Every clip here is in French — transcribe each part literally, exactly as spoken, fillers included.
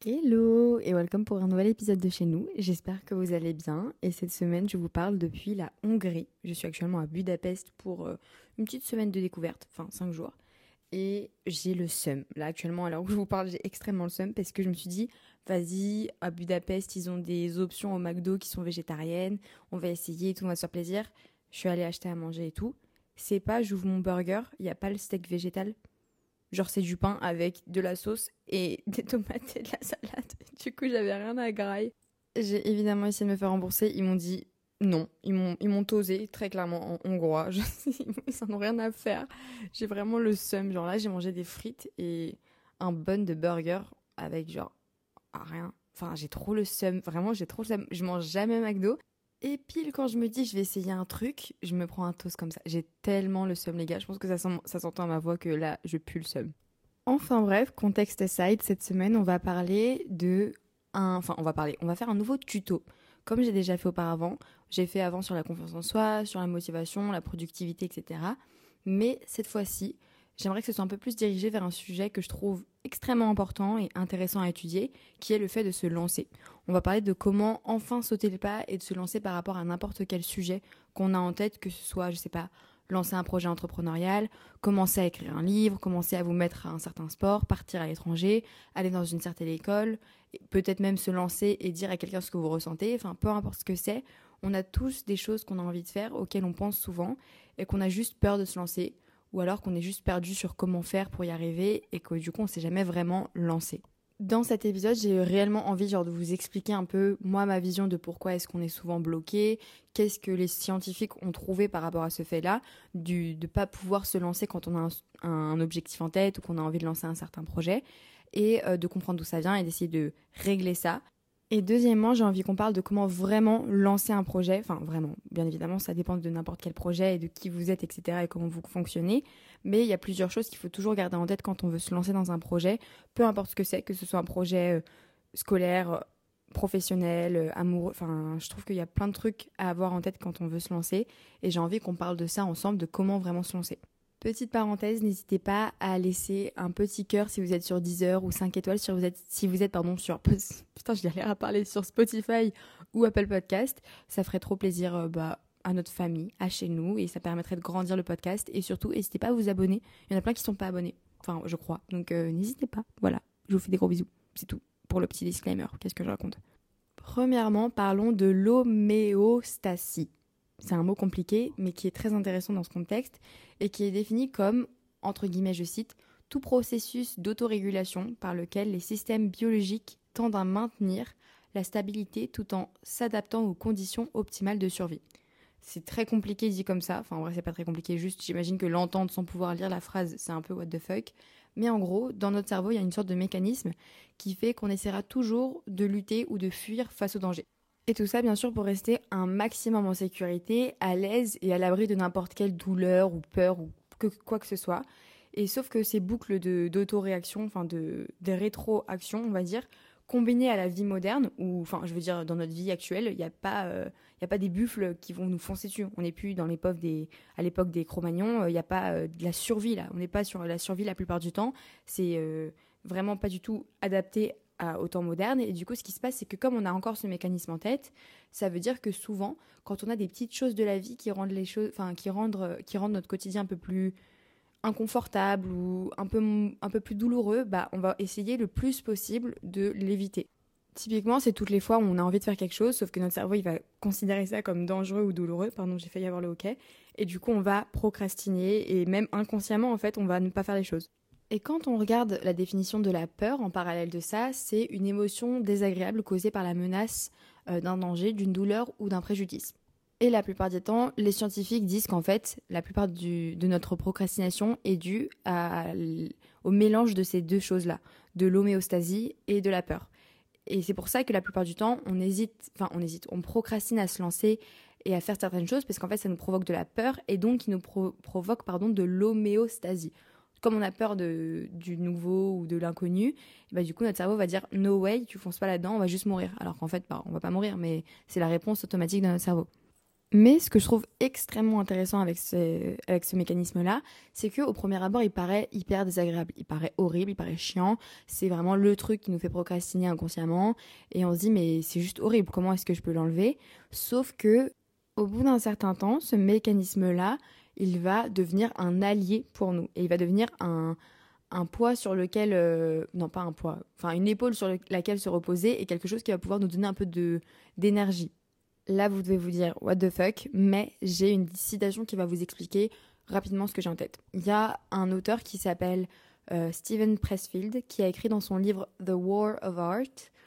Hello et welcome pour un nouvel épisode de chez nous. J'espère que vous allez bien et cette semaine je vous parle depuis la Hongrie. Je suis actuellement à Budapest pour euh, une petite semaine de découverte, enfin cinq jours. Et j'ai le seum. Là actuellement, alors que je vous parle, j'ai extrêmement le seum parce que je me suis dit, vas-y, à Budapest, ils ont des options au McDo qui sont végétariennes, on va essayer et tout, on va se faire plaisir. Je suis allée acheter à manger et tout. C'est pas, j'ouvre mon burger, il n'y a pas le steak végétal. Genre c'est du pain avec de la sauce et des tomates et de la salade. Du coup j'avais rien à graille. J'ai évidemment essayé de me faire rembourser. Ils m'ont dit non. Ils m'ont, ils m'ont tosé très clairement en hongrois. Je sais, ils n'en ont rien à faire. J'ai vraiment le seum. Genre là j'ai mangé des frites et un bun de burger avec genre ah, rien. Enfin j'ai trop le seum. Vraiment j'ai trop le seum. Je mange jamais McDo. Et pile quand je me dis je vais essayer un truc, je me prends un toast comme ça. J'ai tellement le seum les gars, je pense que ça, sent- ça s'entend à ma voix que là je pue le seum. Enfin bref, contexte aside, cette semaine on va parler de un... Enfin on va parler, on va faire un nouveau tuto. Comme j'ai déjà fait auparavant, j'ai fait avant sur la confiance en soi, sur la motivation, la productivité, et cetera. Mais cette fois-ci, j'aimerais que ce soit un peu plus dirigé vers un sujet que je trouve extrêmement important et intéressant à étudier, qui est le fait de se lancer. On va parler de comment enfin sauter le pas et de se lancer par rapport à n'importe quel sujet qu'on a en tête, que ce soit, je sais pas, lancer un projet entrepreneurial, commencer à écrire un livre, commencer à vous mettre à un certain sport, partir à l'étranger, aller dans une certaine école, peut-être même se lancer et dire à quelqu'un ce que vous ressentez, enfin peu importe ce que c'est, on a tous des choses qu'on a envie de faire, auxquelles on pense souvent, et qu'on a juste peur de se lancer, ou alors qu'on est juste perdu sur comment faire pour y arriver, et que du coup on s'est jamais vraiment lancé. Dans cet épisode, j'ai réellement envie genre, de vous expliquer un peu, moi, ma vision de pourquoi est-ce qu'on est souvent bloqué, qu'est-ce que les scientifiques ont trouvé par rapport à ce fait-là, du, de ne pas pouvoir se lancer quand on a un, un objectif en tête ou qu'on a envie de lancer un certain projet, et euh, de comprendre d'où ça vient et d'essayer de régler ça. Et deuxièmement, j'ai envie qu'on parle de comment vraiment lancer un projet. Enfin, vraiment, bien évidemment, ça dépend de n'importe quel projet et de qui vous êtes, et cetera et comment vous fonctionnez. Mais il y a plusieurs choses qu'il faut toujours garder en tête quand on veut se lancer dans un projet, peu importe ce que c'est, que ce soit un projet euh, scolaire, euh, professionnel, euh, amoureux. Enfin, je trouve qu'il y a plein de trucs à avoir en tête quand on veut se lancer. Et j'ai envie qu'on parle de ça ensemble, de comment vraiment se lancer. Petite parenthèse, n'hésitez pas à laisser un petit cœur si vous êtes sur Deezer ou cinq étoiles si vous êtes, si vous êtes pardon, sur... Putain, je galère à parler sur Spotify ou Apple Podcast. Ça ferait trop plaisir euh, bah, à notre famille, à chez nous, et ça permettrait de grandir le podcast. Et surtout, n'hésitez pas à vous abonner. Il y en a plein qui ne sont pas abonnés. Enfin, je crois. Donc, euh, n'hésitez pas. Voilà, je vous fais des gros bisous. C'est tout pour le petit disclaimer. Qu'est-ce que je raconte ? Premièrement, parlons de l'homéostasie. C'est un mot compliqué, mais qui est très intéressant dans ce contexte et qui est défini comme, entre guillemets, je cite, tout processus d'autorégulation par lequel les systèmes biologiques tendent à maintenir la stabilité tout en s'adaptant aux conditions optimales de survie. C'est très compliqué dit comme ça, enfin en vrai c'est pas très compliqué, juste j'imagine que l'entendre sans pouvoir lire la phrase c'est un peu what the fuck, mais en gros dans notre cerveau il y a une sorte de mécanisme qui fait qu'on essaiera toujours de lutter ou de fuir face au danger. Et tout ça, bien sûr, pour rester un maximum en sécurité, à l'aise et à l'abri de n'importe quelle douleur ou peur ou que, quoi que ce soit. Et sauf que ces boucles de, d'auto-réaction, enfin de, de rétroaction, on va dire, combinées à la vie moderne, ou enfin, je veux dire, dans notre vie actuelle, il n'y a pas, euh, il y a pas des buffles qui vont nous foncer dessus. On n'est plus dans l'époque des, à l'époque des Cro-Magnons, il n'y a pas euh, de la survie là. On n'est pas sur la survie la plupart du temps. C'est euh, vraiment pas du tout adapté à, au temps moderne. Et du coup, ce qui se passe, c'est que comme on a encore ce mécanisme en tête, ça veut dire que souvent, quand on a des petites choses de la vie qui rendent les choses, enfin, qui rendent, qui rendent notre quotidien un peu plus inconfortable ou un peu, un peu plus douloureux, bah, on va essayer le plus possible de l'éviter. Typiquement, c'est toutes les fois où on a envie de faire quelque chose, sauf que notre cerveau, il va considérer ça comme dangereux ou douloureux. Pardon, j'ai failli avoir le hoquet. Et du coup, on va procrastiner et même inconsciemment, en fait, on va ne pas faire les choses. Et quand on regarde la définition de la peur en parallèle de ça, c'est une émotion désagréable causée par la menace euh, d'un danger, d'une douleur ou d'un préjudice. Et la plupart du temps, les scientifiques disent qu'en fait, la plupart du, de notre procrastination est due à, au mélange de ces deux choses-là, de l'homéostasie et de la peur. Et c'est pour ça que la plupart du temps, on hésite, enfin on hésite, on procrastine à se lancer et à faire certaines choses parce qu'en fait, ça nous provoque de la peur et donc, il nous pro- provoque pardon, de l'homéostasie. Comme on a peur de, du nouveau ou de l'inconnu, bah, du coup, notre cerveau va dire « No way, tu fonces pas là-dedans, on va juste mourir ». Alors qu'en fait, bah, on va pas mourir, mais c'est la réponse automatique de notre cerveau. Mais ce que je trouve extrêmement intéressant avec ce, avec ce mécanisme-là, c'est qu'au premier abord, il paraît hyper désagréable, il paraît horrible, il paraît chiant, c'est vraiment le truc qui nous fait procrastiner inconsciemment, et on se dit mais c'est juste horrible, comment est-ce que je peux l'enlever? Sauf que au bout d'un certain temps, ce mécanisme-là, il va devenir un allié pour nous, et il va devenir un, un poids sur lequel, euh, non pas un poids, enfin une épaule sur le- laquelle se reposer, et quelque chose qui va pouvoir nous donner un peu de, d'énergie. Là, vous devez vous dire what the fuck, mais j'ai une citation qui va vous expliquer rapidement ce que j'ai en tête. Il y a un auteur qui s'appelle euh, Steven Pressfield qui a écrit dans son livre The War of Art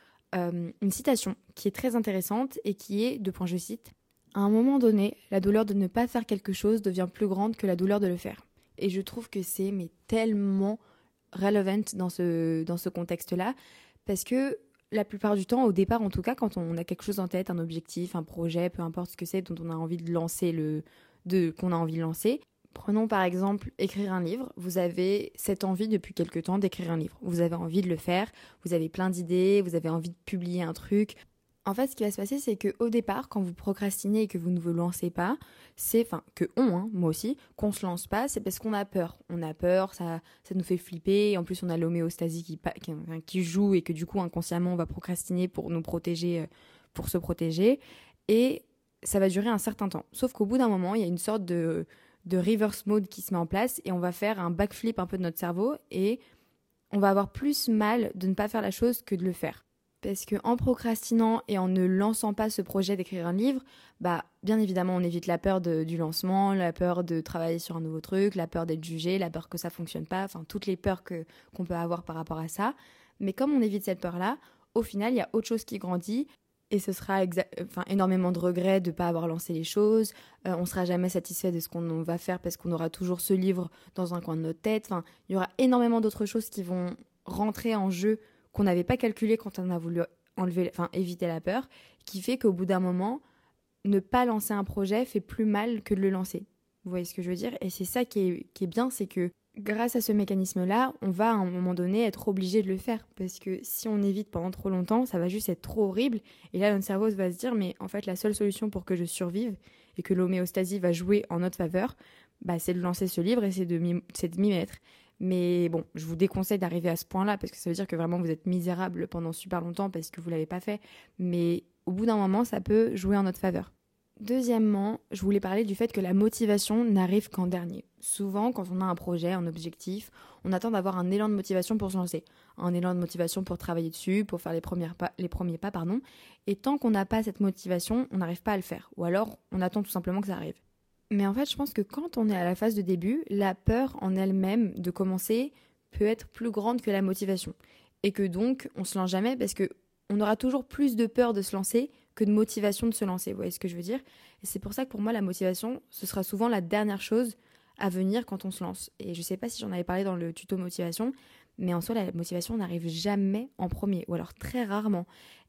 euh, une citation qui est très intéressante et qui est, de point je cite, à un moment donné, la douleur de ne pas faire quelque chose devient plus grande que la douleur de le faire. Et je trouve que c'est mais tellement relevant dans ce, dans ce contexte-là, parce que la plupart du temps, au départ en tout cas, quand on a quelque chose en tête, un objectif, un projet, peu importe ce que c'est, dont on a envie de lancer, le, de, qu'on a envie de lancer, prenons par exemple écrire un livre. Vous avez cette envie depuis quelque temps d'écrire un livre. Vous avez envie de le faire, vous avez plein d'idées, vous avez envie de publier un truc. En fait, ce qui va se passer, c'est qu'au départ, quand vous procrastinez et que vous ne vous lancez pas, c'est, enfin, que on, hein, moi aussi, qu'on se lance pas, c'est parce qu'on a peur. On a peur, ça, ça nous fait flipper. En plus, on a l'homéostasie qui, qui, qui joue et que du coup, inconsciemment, on va procrastiner pour nous protéger, euh, pour se protéger. Et ça va durer un certain temps. Sauf qu'au bout d'un moment, il y a une sorte de, de reverse mode qui se met en place et on va faire un backflip un peu de notre cerveau et on va avoir plus mal de ne pas faire la chose que de le faire. Parce qu'en procrastinant et en ne lançant pas ce projet d'écrire un livre, bah, bien évidemment, on évite la peur de, du lancement, la peur de travailler sur un nouveau truc, la peur d'être jugé, la peur que ça fonctionne pas, enfin, toutes les peurs que, qu'on peut avoir par rapport à ça. Mais comme on évite cette peur-là, au final, il y a autre chose qui grandit et ce sera exa- enfin, énormément de regrets de ne pas avoir lancé les choses. Euh, on ne sera jamais satisfait de ce qu'on va faire parce qu'on aura toujours ce livre dans un coin de notre tête. Enfin, il y aura énormément d'autres choses qui vont rentrer en jeu qu'on n'avait pas calculé quand on a voulu enlever, enfin, éviter la peur, qui fait qu'au bout d'un moment, ne pas lancer un projet fait plus mal que de le lancer. Vous voyez ce que je veux dire? Et c'est ça qui est, qui est bien, c'est que grâce à ce mécanisme-là, on va à un moment donné être obligé de le faire. Parce que si on évite pendant trop longtemps, ça va juste être trop horrible. Et là, notre cerveau va se dire, mais en fait, la seule solution pour que je survive et que l'homéostasie va jouer en notre faveur, bah, c'est de lancer ce livre et c'est de m'y, c'est de m'y mettre. Mais bon, je vous déconseille d'arriver à ce point-là parce que ça veut dire que vraiment vous êtes misérable pendant super longtemps parce que vous ne l'avez pas fait. Mais au bout d'un moment, ça peut jouer en notre faveur. Deuxièmement, je voulais parler du fait que la motivation n'arrive qu'en dernier. Souvent, quand on a un projet, un objectif, on attend d'avoir un élan de motivation pour se lancer. Un élan de motivation pour travailler dessus, pour faire les, premières pas, les premiers pas. Pardon. Et tant qu'on n'a pas cette motivation, on n'arrive pas à le faire. Ou alors, on attend tout simplement que ça arrive. Mais en fait, je pense que quand on est à la phase de début, la peur en elle-même de commencer peut être plus grande que la motivation. Et que donc, on se lance jamais parce que on aura toujours plus de peur de se lancer que de motivation de se lancer. Vous voyez ce que je veux dire? Et c'est pour ça que pour moi, la motivation, ce sera souvent la dernière chose à venir quand on se lance. Et je sais pas si j'en avais parlé dans le tuto motivation, mais en soi, la motivation n'arrive jamais en premier, ou alors très rarement.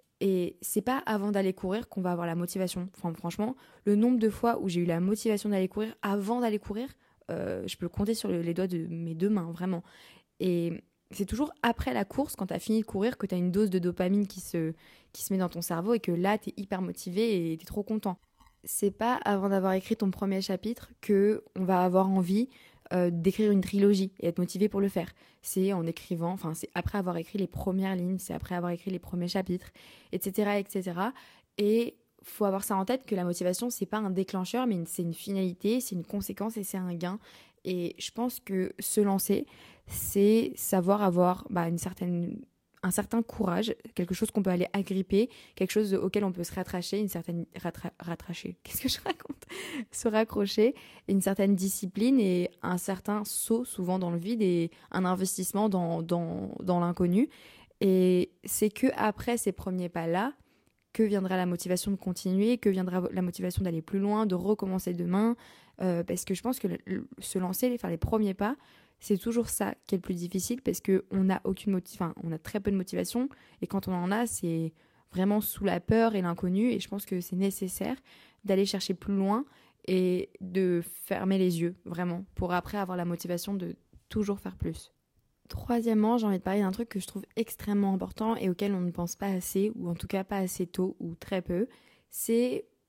Et c'est pas avant d'aller courir qu'on va avoir la motivation. Enfin, franchement, le nombre de fois où j'ai eu la motivation d'aller courir avant d'aller courir, euh, je peux le compter sur les doigts de mes deux mains, vraiment. Et c'est toujours après la course, quand t'as fini de courir, que t'as une dose de dopamine qui se, qui se met dans ton cerveau et que là, t'es hyper motivé et t'es trop content. C'est pas avant d'avoir écrit ton premier chapitre que on va avoir envie euh, d'écrire une trilogie et être motivé pour le faire. C'est en écrivant, enfin c'est après avoir écrit les premières lignes, c'est après avoir écrit les premiers chapitres, et cetera, et cetera. Et faut avoir ça en tête que la motivation c'est pas un déclencheur, mais une, c'est une finalité, c'est une conséquence et c'est un gain. Et je pense que se lancer, c'est savoir avoir bah, une certaine un certain courage, quelque chose qu'on peut aller agripper, quelque chose auquel on peut se rattacher, une certaine rattra- rattacher. Qu'est-ce que je raconte? Se raccrocher, une certaine discipline et un certain saut souvent dans le vide et un investissement dans dans dans l'inconnu. Et c'est que après ces premiers pas-là que viendra la motivation de continuer, que viendra la motivation d'aller plus loin, de recommencer demain, euh, parce que je pense que le, le, se lancer, faire les premiers pas, c'est toujours ça qui est le plus difficile parce que on a aucune motiv- enfin, on a très peu de motivation et quand on en a, c'est vraiment sous la peur et l'inconnu et je pense que c'est nécessaire d'aller chercher plus loin et de fermer les yeux vraiment pour après avoir la motivation de toujours faire plus. Troisièmement, j'ai envie de parler d'un truc que je trouve extrêmement important et auquel on ne pense pas assez, ou en tout cas pas assez tôt, ou très peu, c'est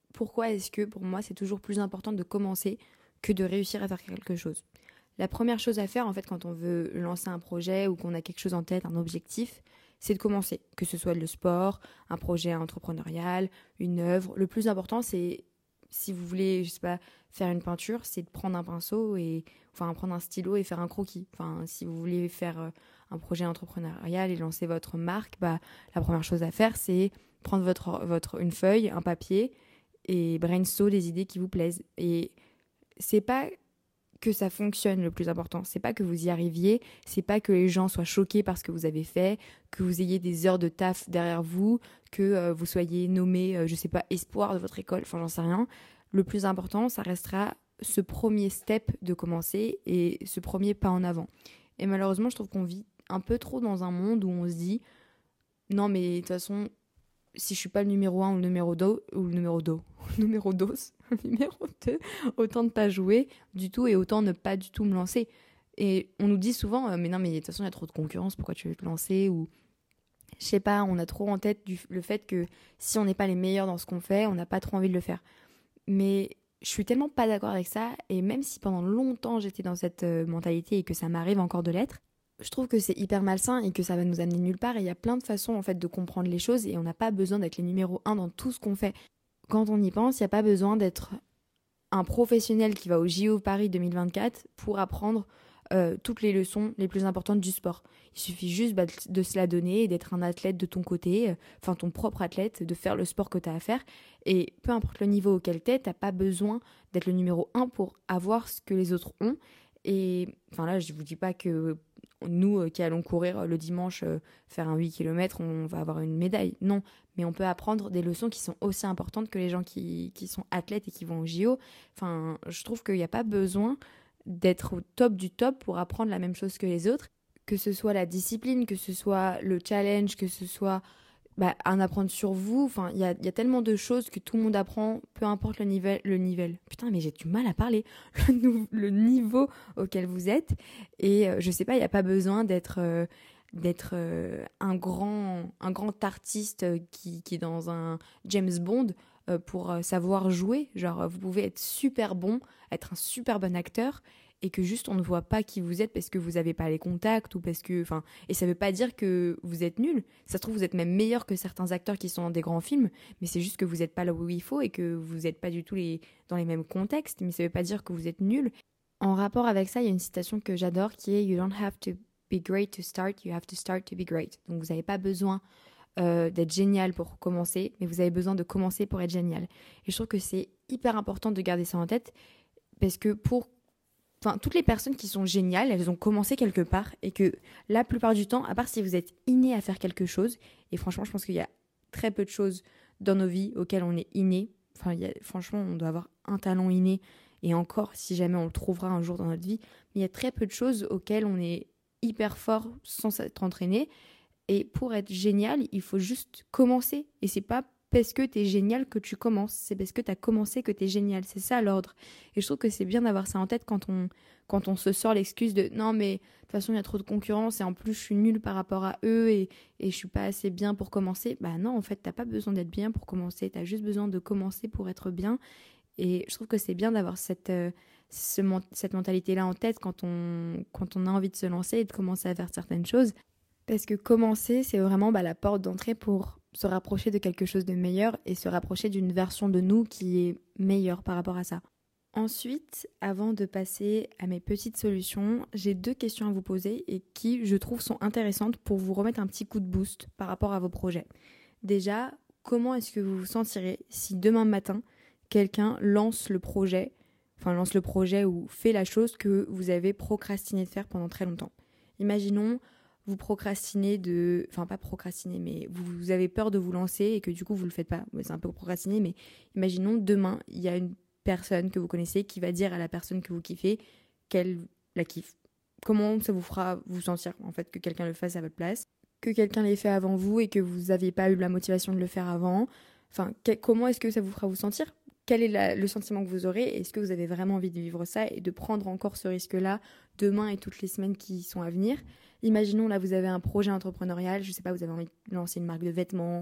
pourquoi est-ce que pour moi c'est toujours plus important de commencer que de réussir à faire quelque chose. La première chose à faire en fait quand on veut lancer un projet ou qu'on a quelque chose en tête, un objectif, c'est de commencer. Que ce soit le sport, un projet entrepreneurial, une œuvre. Le plus important c'est, si vous voulez, je sais pas, faire une peinture, c'est de prendre un pinceau et, enfin prendre un stylo et faire un croquis. Enfin, si vous voulez faire un projet entrepreneurial et lancer votre marque, bah la première chose à faire c'est prendre votre, votre, une feuille, un papier et brainstorm des idées qui vous plaisent. Et c'est pas que ça fonctionne le plus important, c'est pas que vous y arriviez, c'est pas que les gens soient choqués par ce que vous avez fait, que vous ayez des heures de taf derrière vous, que euh, vous soyez nommé, euh, je sais pas, espoir de votre école, enfin j'en sais rien. Le plus important, ça restera ce premier step de commencer et ce premier pas en avant. Et malheureusement, je trouve qu'on vit un peu trop dans un monde où on se dit non mais de toute façon, si je suis pas le numéro un ou le numéro deux, ou le numéro deux, numéro deux, numéro deux, autant ne pas jouer du tout et autant ne pas du tout me lancer. Et on nous dit souvent, euh, mais non, mais de toute façon, il y a trop de concurrence, pourquoi tu veux te lancer? Ou, je sais pas, on a trop en tête du, le fait que si on n'est pas les meilleurs dans ce qu'on fait, on n'a pas trop envie de le faire. Mais je suis tellement pas d'accord avec ça, et même si pendant longtemps j'étais dans cette euh, mentalité et que ça m'arrive encore de l'être, je trouve que c'est hyper malsain et que ça va nous amener nulle part. Et il y a plein de façons en fait de comprendre les choses et on n'a pas besoin d'être les numéros un dans tout ce qu'on fait. Quand on y pense, il n'y a pas besoin d'être un professionnel qui va au J O Paris deux mille vingt-quatre pour apprendre euh, toutes les leçons les plus importantes du sport. Il suffit juste bah, de se la donner et d'être un athlète de ton côté, enfin euh, ton propre athlète, de faire le sport que tu as à faire. Et peu importe le niveau auquel tu es, tu n'as pas besoin d'être le numéro un pour avoir ce que les autres ont. Et enfin là, je ne vous dis pas que nous euh, qui allons courir le dimanche, euh, faire un huit kilomètres, on va avoir une médaille. Non, mais on peut apprendre des leçons qui sont aussi importantes que les gens qui, qui sont athlètes et qui vont au J O. Enfin, je trouve qu'il n'y a pas besoin d'être au top du top pour apprendre la même chose que les autres. Que ce soit la discipline, que ce soit le challenge, que ce soit bah, un apprendre sur vous. Enfin, il y a, y a tellement de choses que tout le monde apprend, peu importe le niveau. Le niveau. Putain, mais j'ai du mal à parler. Le, nou- le niveau auquel vous êtes. Et euh, je sais pas, il n'y a pas besoin d'être, euh, d'être euh, un, grand, un grand artiste qui, qui est dans un James Bond euh, pour euh, savoir jouer. Genre, vous pouvez être super bon, être un super bon acteur et que juste on ne voit pas qui vous êtes parce que vous n'avez pas les contacts ou parce que, enfin, et ça veut pas dire que vous êtes nul. Ça se trouve vous êtes même meilleur que certains acteurs qui sont dans des grands films, mais c'est juste que vous n'êtes pas là où il faut et que vous n'êtes pas du tout les, dans les mêmes contextes. Mais ça veut pas dire que vous êtes nul. En rapport avec ça, il y a une citation que j'adore qui est "You don't have to be great to start, you have to start to be great". Donc vous n'avez pas besoin euh, d'être génial pour commencer, mais vous avez besoin de commencer pour être génial. Et je trouve que c'est hyper important de garder ça en tête parce que pour Enfin, toutes les personnes qui sont géniales, elles ont commencé quelque part et que la plupart du temps, à part si vous êtes inné à faire quelque chose, et franchement, je pense qu'il y a très peu de choses dans nos vies auxquelles on est inné. Enfin, il y a, franchement, on doit avoir un talent inné et encore, si jamais on le trouvera un jour dans notre vie, mais il y a très peu de choses auxquelles on est hyper fort sans s'être entraîné. Et pour être génial, il faut juste commencer. Et c'est pas parce que t'es génial que tu commences, c'est parce que t'as commencé que t'es génial. C'est ça l'ordre. Et je trouve que c'est bien d'avoir ça en tête quand on, quand on se sort l'excuse de non mais de toute façon il y a trop de concurrence et en plus je suis nulle par rapport à eux et, et je suis pas assez bien pour commencer. Bah non, en fait t'as pas besoin d'être bien pour commencer, t'as juste besoin de commencer pour être bien. Et je trouve que c'est bien d'avoir cette, euh, ce, cette mentalité-là en tête quand on, quand on a envie de se lancer et de commencer à faire certaines choses. Parce que commencer, c'est vraiment bah, la porte d'entrée pour se rapprocher de quelque chose de meilleur et se rapprocher d'une version de nous qui est meilleure par rapport à ça. Ensuite, avant de passer à mes petites solutions, j'ai deux questions à vous poser et qui, je trouve, sont intéressantes pour vous remettre un petit coup de boost par rapport à vos projets. Déjà, comment est-ce que vous vous sentirez si demain matin, quelqu'un lance le projet, enfin lance le projet ou fait la chose que vous avez procrastiné de faire pendant très longtemps. Imaginons, vous procrastinez de... Enfin, pas procrastiner, mais vous, vous avez peur de vous lancer et que du coup, vous le faites pas. C'est un peu procrastiner, mais imaginons, demain, il y a une personne que vous connaissez qui va dire à la personne que vous kiffez qu'elle la kiffe. Comment ça vous fera vous sentir, en fait, que quelqu'un le fasse à votre place, que quelqu'un l'ait fait avant vous et que vous n'aviez pas eu la motivation de le faire avant. Enfin, que, comment est-ce que ça vous fera vous sentir ? Quel est la, le sentiment que vous aurez ? Est-ce que vous avez vraiment envie de vivre ça et de prendre encore ce risque-là demain et toutes les semaines qui sont à venir ? Imaginons, là, vous avez un projet entrepreneurial, je sais pas, vous avez envie de lancer une marque de vêtements,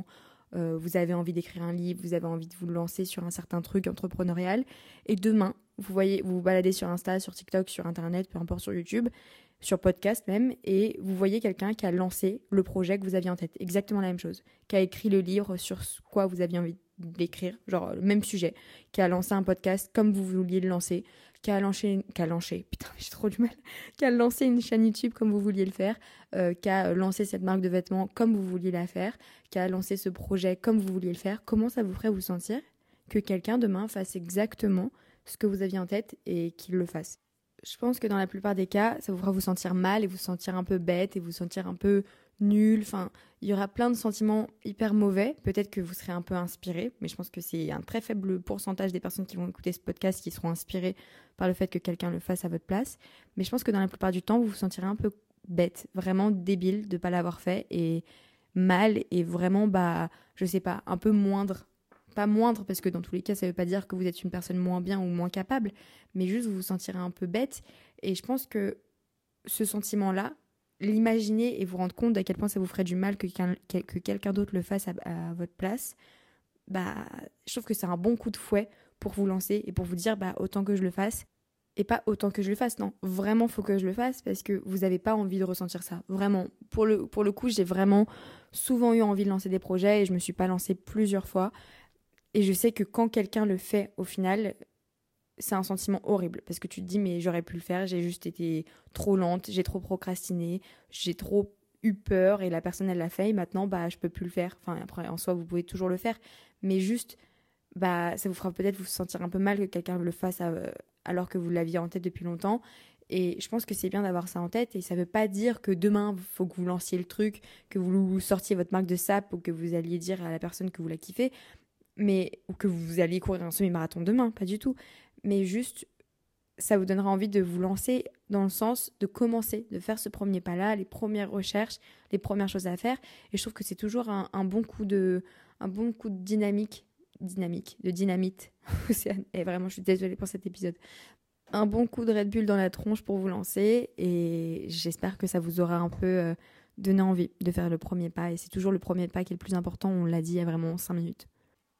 euh, vous avez envie d'écrire un livre, vous avez envie de vous lancer sur un certain truc entrepreneurial, et demain, vous voyez, vous vous baladez sur Insta, sur TikTok, sur Internet, peu importe, sur YouTube, sur podcast même, et vous voyez quelqu'un qui a lancé le projet que vous aviez en tête, exactement la même chose, qui a écrit le livre sur quoi vous aviez envie d'écrire, genre le même sujet, qui a lancé un podcast comme vous vouliez le lancer, qui a lancé, qui a lancé, putain j'ai trop du mal, qui a lancé une chaîne YouTube comme vous vouliez le faire, euh, qui a lancé cette marque de vêtements comme vous vouliez la faire, qui a lancé ce projet comme vous vouliez le faire. Comment ça vous ferait vous sentir que quelqu'un demain fasse exactement ce que vous aviez en tête et qu'il le fasse? Je pense que dans la plupart des cas, ça vous fera vous sentir mal et vous sentir un peu bête et vous sentir un peu nul. Enfin, il y aura plein de sentiments hyper mauvais. Peut-être que vous serez un peu inspiré, mais je pense que c'est un très faible pourcentage des personnes qui vont écouter ce podcast qui seront inspirées par le fait que quelqu'un le fasse à votre place. Mais je pense que dans la plupart du temps, vous vous sentirez un peu bête, vraiment débile de ne pas l'avoir fait et mal et vraiment, bah, je sais pas, un peu moindre. Pas moindre, parce que dans tous les cas, ça ne veut pas dire que vous êtes une personne moins bien ou moins capable, mais juste vous vous sentirez un peu bête. Et je pense que ce sentiment-là, l'imaginer et vous rendre compte à quel point ça vous ferait du mal que, quelqu'un, que quelqu'un d'autre le fasse à, à votre place, bah, je trouve que c'est un bon coup de fouet pour vous lancer et pour vous dire bah, autant que je le fasse. Et pas autant que je le fasse, non. Vraiment, faut que je le fasse parce que vous n'avez pas envie de ressentir ça. Vraiment. Pour le, pour le coup, j'ai vraiment souvent eu envie de lancer des projets et je me suis pas lancée plusieurs fois. Et je sais que quand quelqu'un le fait, au final, c'est un sentiment horrible. Parce que tu te dis, mais j'aurais pu le faire, j'ai juste été trop lente, j'ai trop procrastiné, j'ai trop eu peur et la personne, elle l'a fait et maintenant, bah, je peux plus le faire. Enfin, après, en soi, vous pouvez toujours le faire. Mais juste, bah, ça vous fera peut-être vous sentir un peu mal que quelqu'un le fasse à, alors que vous l'aviez en tête depuis longtemps. Et je pense que c'est bien d'avoir ça en tête. Et ça ne veut pas dire que demain, il faut que vous lanciez le truc, que vous sortiez votre marque de sap ou que vous alliez dire à la personne que vous la kiffez. Mais, ou que vous alliez courir un semi-marathon demain, pas du tout. Mais juste, ça vous donnera envie de vous lancer dans le sens de commencer, de faire ce premier pas-là, les premières recherches, les premières choses à faire. Et je trouve que c'est toujours un, un, bon, coup de, un bon coup de dynamique, dynamique, de dynamite. Et vraiment, je suis désolée pour cet épisode. Un bon coup de Red Bull dans la tronche pour vous lancer. Et j'espère que ça vous aura un peu euh, donné envie de faire le premier pas. Et c'est toujours le premier pas qui est le plus important. On l'a dit il y a vraiment cinq minutes.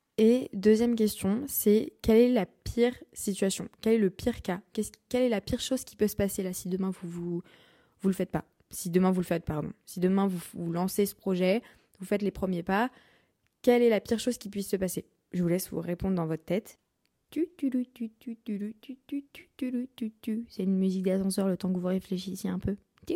Et deuxième question, c'est quelle est la pire situation? Quel est le pire cas? Qu'est-ce, Quelle est la pire chose qui peut se passer là si demain vous vous, vous le faites pas? Si demain vous le faites, pardon. Si demain vous, vous lancez ce projet, vous faites les premiers pas, quelle est la pire chose qui puisse se passer? Je vous laisse vous répondre dans votre tête. C'est une musique d'ascenseur le temps que vous réfléchissiez un peu.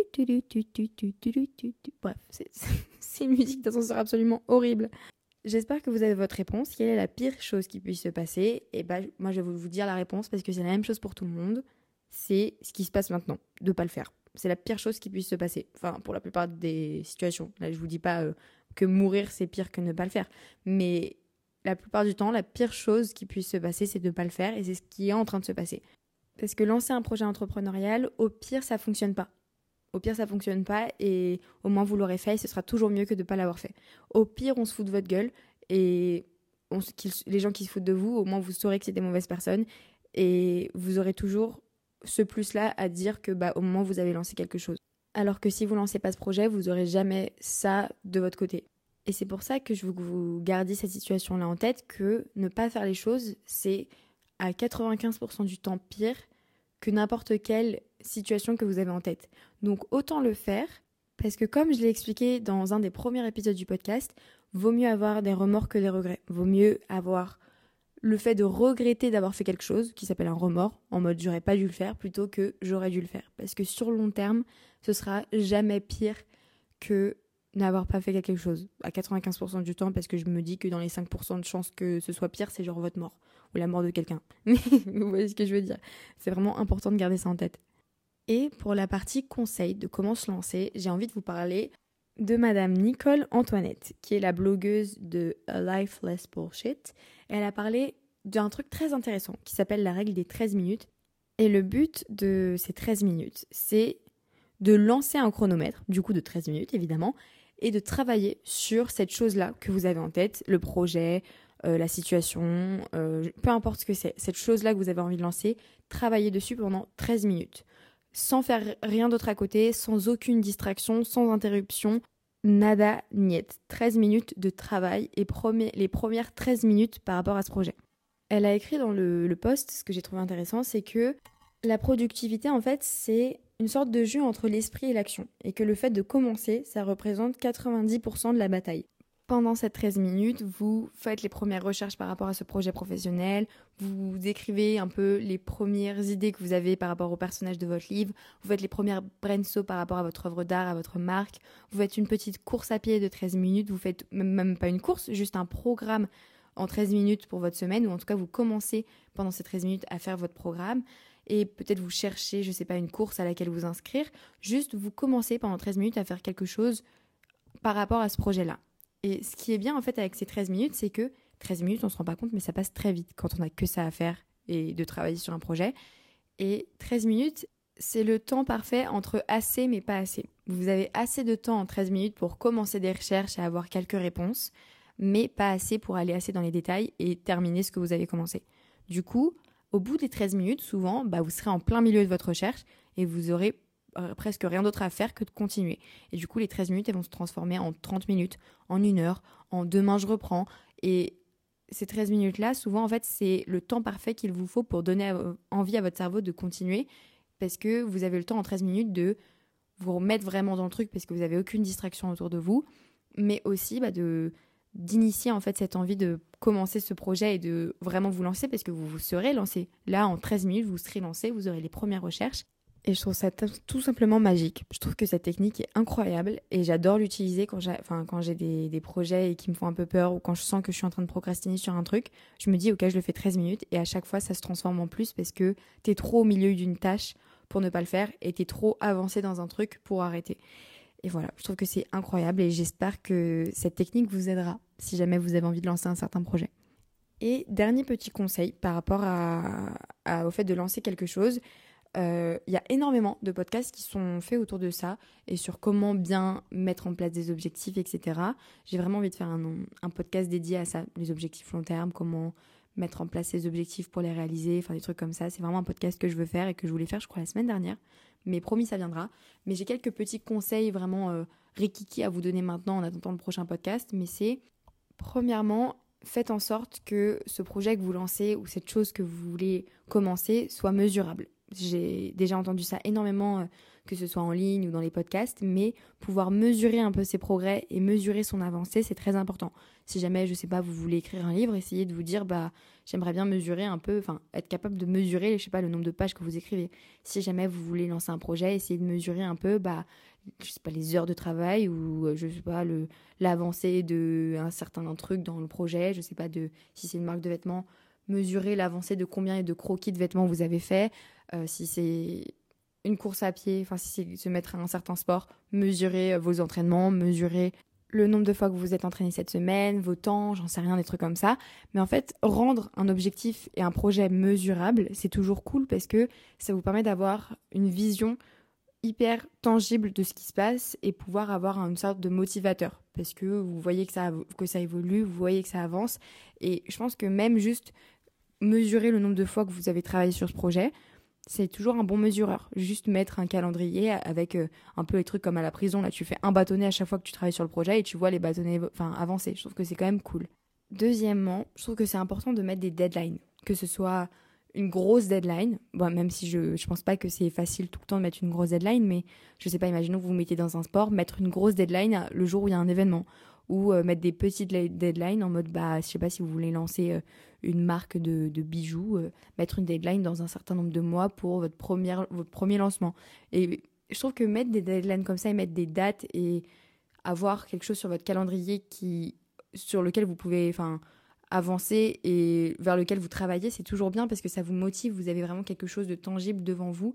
Bref, c'est, c'est une musique d'ascenseur absolument horrible. J'espère que vous avez votre réponse. Quelle est la pire chose qui puisse se passer? Et bah, moi, je vais vous dire la réponse parce que c'est la même chose pour tout le monde. C'est ce qui se passe maintenant, de ne pas le faire. C'est la pire chose qui puisse se passer. Enfin, pour la plupart des situations. Là, je vous dis pas euh, que mourir, c'est pire que ne pas le faire. Mais la plupart du temps, la pire chose qui puisse se passer, c'est de ne pas le faire. Et c'est ce qui est en train de se passer. Parce que lancer un projet entrepreneurial, au pire, ça ne fonctionne pas. Au pire, ça fonctionne pas et au moins vous l'aurez fait et ce sera toujours mieux que de ne pas l'avoir fait. Au pire, on se fout de votre gueule et on, les gens qui se foutent de vous, au moins vous saurez que c'est des mauvaises personnes et vous aurez toujours ce plus-là à dire que bah, au moment où vous avez lancé quelque chose. Alors que si vous lancez pas ce projet, vous n'aurez jamais ça de votre côté. Et c'est pour ça que je veux que vous gardiez cette situation-là en tête, que ne pas faire les choses, c'est à quatre-vingt-quinze pour cent du temps pire que n'importe quelle situation que vous avez en tête. Donc autant le faire, parce que comme je l'ai expliqué dans un des premiers épisodes du podcast, vaut mieux avoir des remords que des regrets. Vaut mieux avoir le fait de regretter d'avoir fait quelque chose, qui s'appelle un remords, en mode j'aurais pas dû le faire, plutôt que j'aurais dû le faire. Parce que sur le long terme, ce sera jamais pire que n'avoir pas fait quelque chose. À quatre-vingt-quinze pour cent du temps, parce que je me dis que dans les cinq pour cent de chances que ce soit pire, c'est genre votre mort. Ou la mort de quelqu'un. Mais vous voyez ce que je veux dire. C'est vraiment important de garder ça en tête. Et pour la partie conseil de comment se lancer, j'ai envie de vous parler de Madame Nicole Antoinette, qui est la blogueuse de A Life Less Bullshit. Elle a parlé d'un truc très intéressant qui s'appelle la règle des treize minutes. Et le but de ces treize minutes, c'est de lancer un chronomètre, du coup de treize minutes évidemment, et de travailler sur cette chose-là que vous avez en tête, le projet, euh, la situation, euh, peu importe ce que c'est, cette chose-là que vous avez envie de lancer, travaillez dessus pendant treize minutes. Sans faire rien d'autre à côté, sans aucune distraction, sans interruption. nada niet. treize minutes de travail et premier, les premières treize minutes par rapport à ce projet. Elle a écrit dans le, le post, ce que j'ai trouvé intéressant, c'est que la productivité, en fait, c'est une sorte de jeu entre l'esprit et l'action. Et que le fait de commencer, ça représente quatre-vingt-dix pour cent de la bataille. Pendant ces treize minutes, vous faites les premières recherches par rapport à ce projet professionnel, vous écrivez un peu les premières idées que vous avez par rapport au personnage de votre livre, vous faites les premières brainstorms par rapport à votre œuvre d'art, à votre marque, vous faites une petite course à pied de treize minutes, vous faites même, même pas une course, juste un programme en treize minutes pour votre semaine, ou en tout cas vous commencez pendant ces treize minutes à faire votre programme, et peut-être vous cherchez, je sais pas, une course à laquelle vous inscrire, juste vous commencez pendant treize minutes à faire quelque chose par rapport à ce projet-là. Et ce qui est bien en fait avec ces treize minutes, c'est que treize minutes, on se rend pas compte, mais ça passe très vite quand on n'a que ça à faire et de travailler sur un projet. Et treize minutes, c'est le temps parfait entre assez mais pas assez. Vous avez assez de temps en treize minutes pour commencer des recherches et avoir quelques réponses, mais pas assez pour aller assez dans les détails et terminer ce que vous avez commencé. Du coup, au bout des treize minutes, souvent, bah, vous serez en plein milieu de votre recherche et vous aurez Euh, presque rien d'autre à faire que de continuer. Et du coup, les treize minutes, elles vont se transformer en trente minutes, en une heure, en demain je reprends. Et ces treize minutes-là, souvent, en fait, c'est le temps parfait qu'il vous faut pour donner à, envie à votre cerveau de continuer, parce que vous avez le temps en treize minutes de vous remettre vraiment dans le truc, parce que vous n'avez aucune distraction autour de vous, mais aussi bah, de, d'initier en fait cette envie de commencer ce projet et de vraiment vous lancer, parce que vous vous serez lancé. Là, en treize minutes, vous serez lancé, vous aurez les premières recherches. Et je trouve ça t- tout simplement magique. Je trouve que cette technique est incroyable et j'adore l'utiliser quand j'ai, enfin, quand j'ai des, des projets et qui me font un peu peur ou quand je sens que je suis en train de procrastiner sur un truc. Je me dis, ok, je le fais treize minutes et à chaque fois, ça se transforme en plus parce que t'es trop au milieu d'une tâche pour ne pas le faire et t'es trop avancé dans un truc pour arrêter. Et voilà, je trouve que c'est incroyable et j'espère que cette technique vous aidera si jamais vous avez envie de lancer un certain projet. Et dernier petit conseil par rapport à, à- au fait de lancer quelque chose. Il euh, y a énormément de podcasts qui sont faits autour de ça et sur comment bien mettre en place des objectifs, et cetera. J'ai vraiment envie de faire un, un podcast dédié à ça, les objectifs long terme, comment mettre en place ces objectifs pour les réaliser, enfin des trucs comme ça. C'est vraiment un podcast que je veux faire et que je voulais faire, je crois, la semaine dernière. Mais promis, ça viendra. Mais j'ai quelques petits conseils vraiment euh, rikiki à vous donner maintenant en attendant le prochain podcast. Mais c'est, premièrement, faites en sorte que ce projet que vous lancez ou cette chose que vous voulez commencer soit mesurable. J'ai déjà entendu ça énormément, euh, que ce soit en ligne ou dans les podcasts, mais pouvoir mesurer un peu ses progrès et mesurer son avancée, c'est très important. Si jamais, je sais pas, vous voulez écrire un livre, essayez de vous dire, bah, j'aimerais bien mesurer un peu, enfin, être capable de mesurer, je sais pas, le nombre de pages que vous écrivez. Si jamais vous voulez lancer un projet, essayez de mesurer un peu, bah, je sais pas, les heures de travail ou, je sais pas, le, l'avancée de un certain truc dans le projet, je sais pas, de, si c'est une marque de vêtements, mesurer l'avancée de combien de croquis de vêtements vous avez fait. Euh, si c'est une course à pied, enfin si c'est se mettre à un certain sport, mesurer vos entraînements, mesurer le nombre de fois que vous vous êtes entraîné cette semaine, vos temps, j'en sais rien, des trucs comme ça. Mais en fait, rendre un objectif et un projet mesurable, c'est toujours cool parce que ça vous permet d'avoir une vision hyper tangible de ce qui se passe et pouvoir avoir une sorte de motivateur parce que vous voyez que ça, que ça évolue, vous voyez que ça avance. Et je pense que même juste mesurer le nombre de fois que vous avez travaillé sur ce projet, c'est toujours un bon mesureur. Juste mettre un calendrier avec euh, un peu les trucs comme à la prison. Là, tu fais un bâtonnet à chaque fois que tu travailles sur le projet et tu vois les bâtonnets enfin, avancer. Je trouve que c'est quand même cool. Deuxièmement, je trouve que c'est important de mettre des deadlines. Que ce soit une grosse deadline. Bon, même si je je pense pas que c'est facile tout le temps de mettre une grosse deadline, mais je sais pas, imaginons que vous vous mettez dans un sport, mettre une grosse deadline le jour où il y a un événement. Ou euh, mettre des petites deadlines en mode, bah, je sais pas si vous voulez lancer euh, une marque de, de bijoux, euh, mettre une deadline dans un certain nombre de mois pour votre, première, votre premier lancement. Et je trouve que mettre des deadlines comme ça et mettre des dates et avoir quelque chose sur votre calendrier qui, sur lequel vous pouvez enfin, avancer et vers lequel vous travaillez, c'est toujours bien parce que ça vous motive, vous avez vraiment quelque chose de tangible devant vous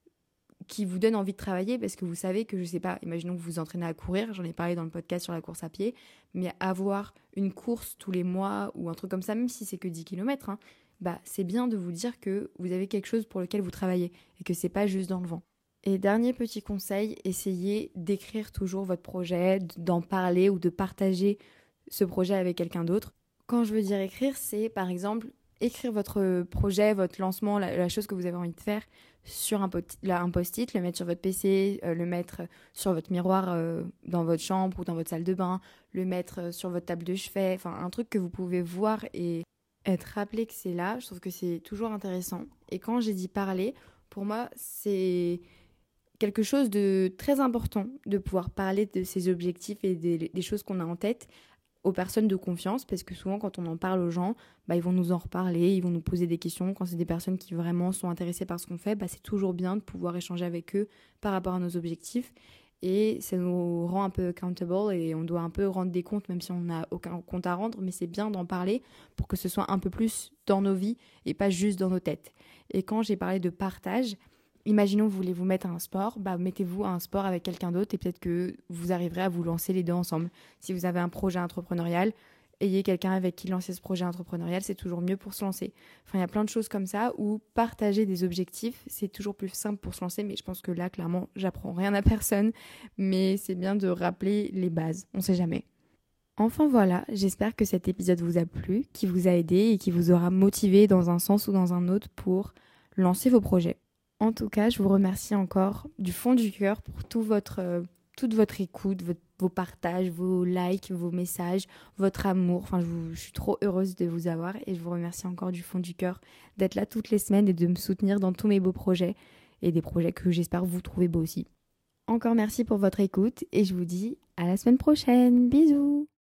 qui vous donne envie de travailler parce que vous savez que, je sais pas, imaginons que vous vous entraînez à courir, j'en ai parlé dans le podcast sur la course à pied, mais avoir une course tous les mois ou un truc comme ça, même si c'est que dix kilomètres, hein, bah, c'est bien de vous dire que vous avez quelque chose pour lequel vous travaillez et que c'est pas juste dans le vent. Et dernier petit conseil, essayez d'écrire toujours votre projet, d'en parler ou de partager ce projet avec quelqu'un d'autre. Quand je veux dire écrire, c'est par exemple écrire votre projet, votre lancement, la, la chose que vous avez envie de faire sur un, pot- là, un post-it, le mettre sur votre P C, euh, le mettre sur votre miroir euh, dans votre chambre ou dans votre salle de bain, le mettre euh, sur votre table de chevet, enfin un truc que vous pouvez voir et être rappelé que c'est là. Je trouve que c'est toujours intéressant. Et quand j'ai dit parler, pour moi, c'est quelque chose de très important de pouvoir parler de ses objectifs et des, des choses qu'on a en tête aux personnes de confiance, parce que souvent quand on en parle aux gens, bah, ils vont nous en reparler, ils vont nous poser des questions. Quand c'est des personnes qui vraiment sont intéressées par ce qu'on fait, bah, c'est toujours bien de pouvoir échanger avec eux par rapport à nos objectifs. Et ça nous rend un peu accountable et on doit un peu rendre des comptes, même si on n'a aucun compte à rendre, mais c'est bien d'en parler pour que ce soit un peu plus dans nos vies et pas juste dans nos têtes. Et quand j'ai parlé de partage, imaginons vous voulez vous mettre à un sport, bah mettez-vous à un sport avec quelqu'un d'autre et peut-être que vous arriverez à vous lancer les deux ensemble. Si vous avez un projet entrepreneurial, ayez quelqu'un avec qui lancer ce projet entrepreneurial, c'est toujours mieux pour se lancer. Enfin, il y a plein de choses comme ça où partager des objectifs, c'est toujours plus simple pour se lancer, mais je pense que là, clairement, j'apprends rien à personne, mais c'est bien de rappeler les bases, on sait jamais. Enfin voilà, j'espère que cet épisode vous a plu, qui vous a aidé et qui vous aura motivé dans un sens ou dans un autre pour lancer vos projets. En tout cas, je vous remercie encore du fond du cœur pour tout votre, euh, toute votre écoute, votre, vos partages, vos likes, vos messages, votre amour. Enfin, je, vous- je suis trop heureuse de vous avoir et je vous remercie encore du fond du cœur d'être là toutes les semaines et de me soutenir dans tous mes beaux projets et des projets que j'espère vous trouver beaux aussi. Encore merci pour votre écoute et je vous dis à la semaine prochaine. Bisous!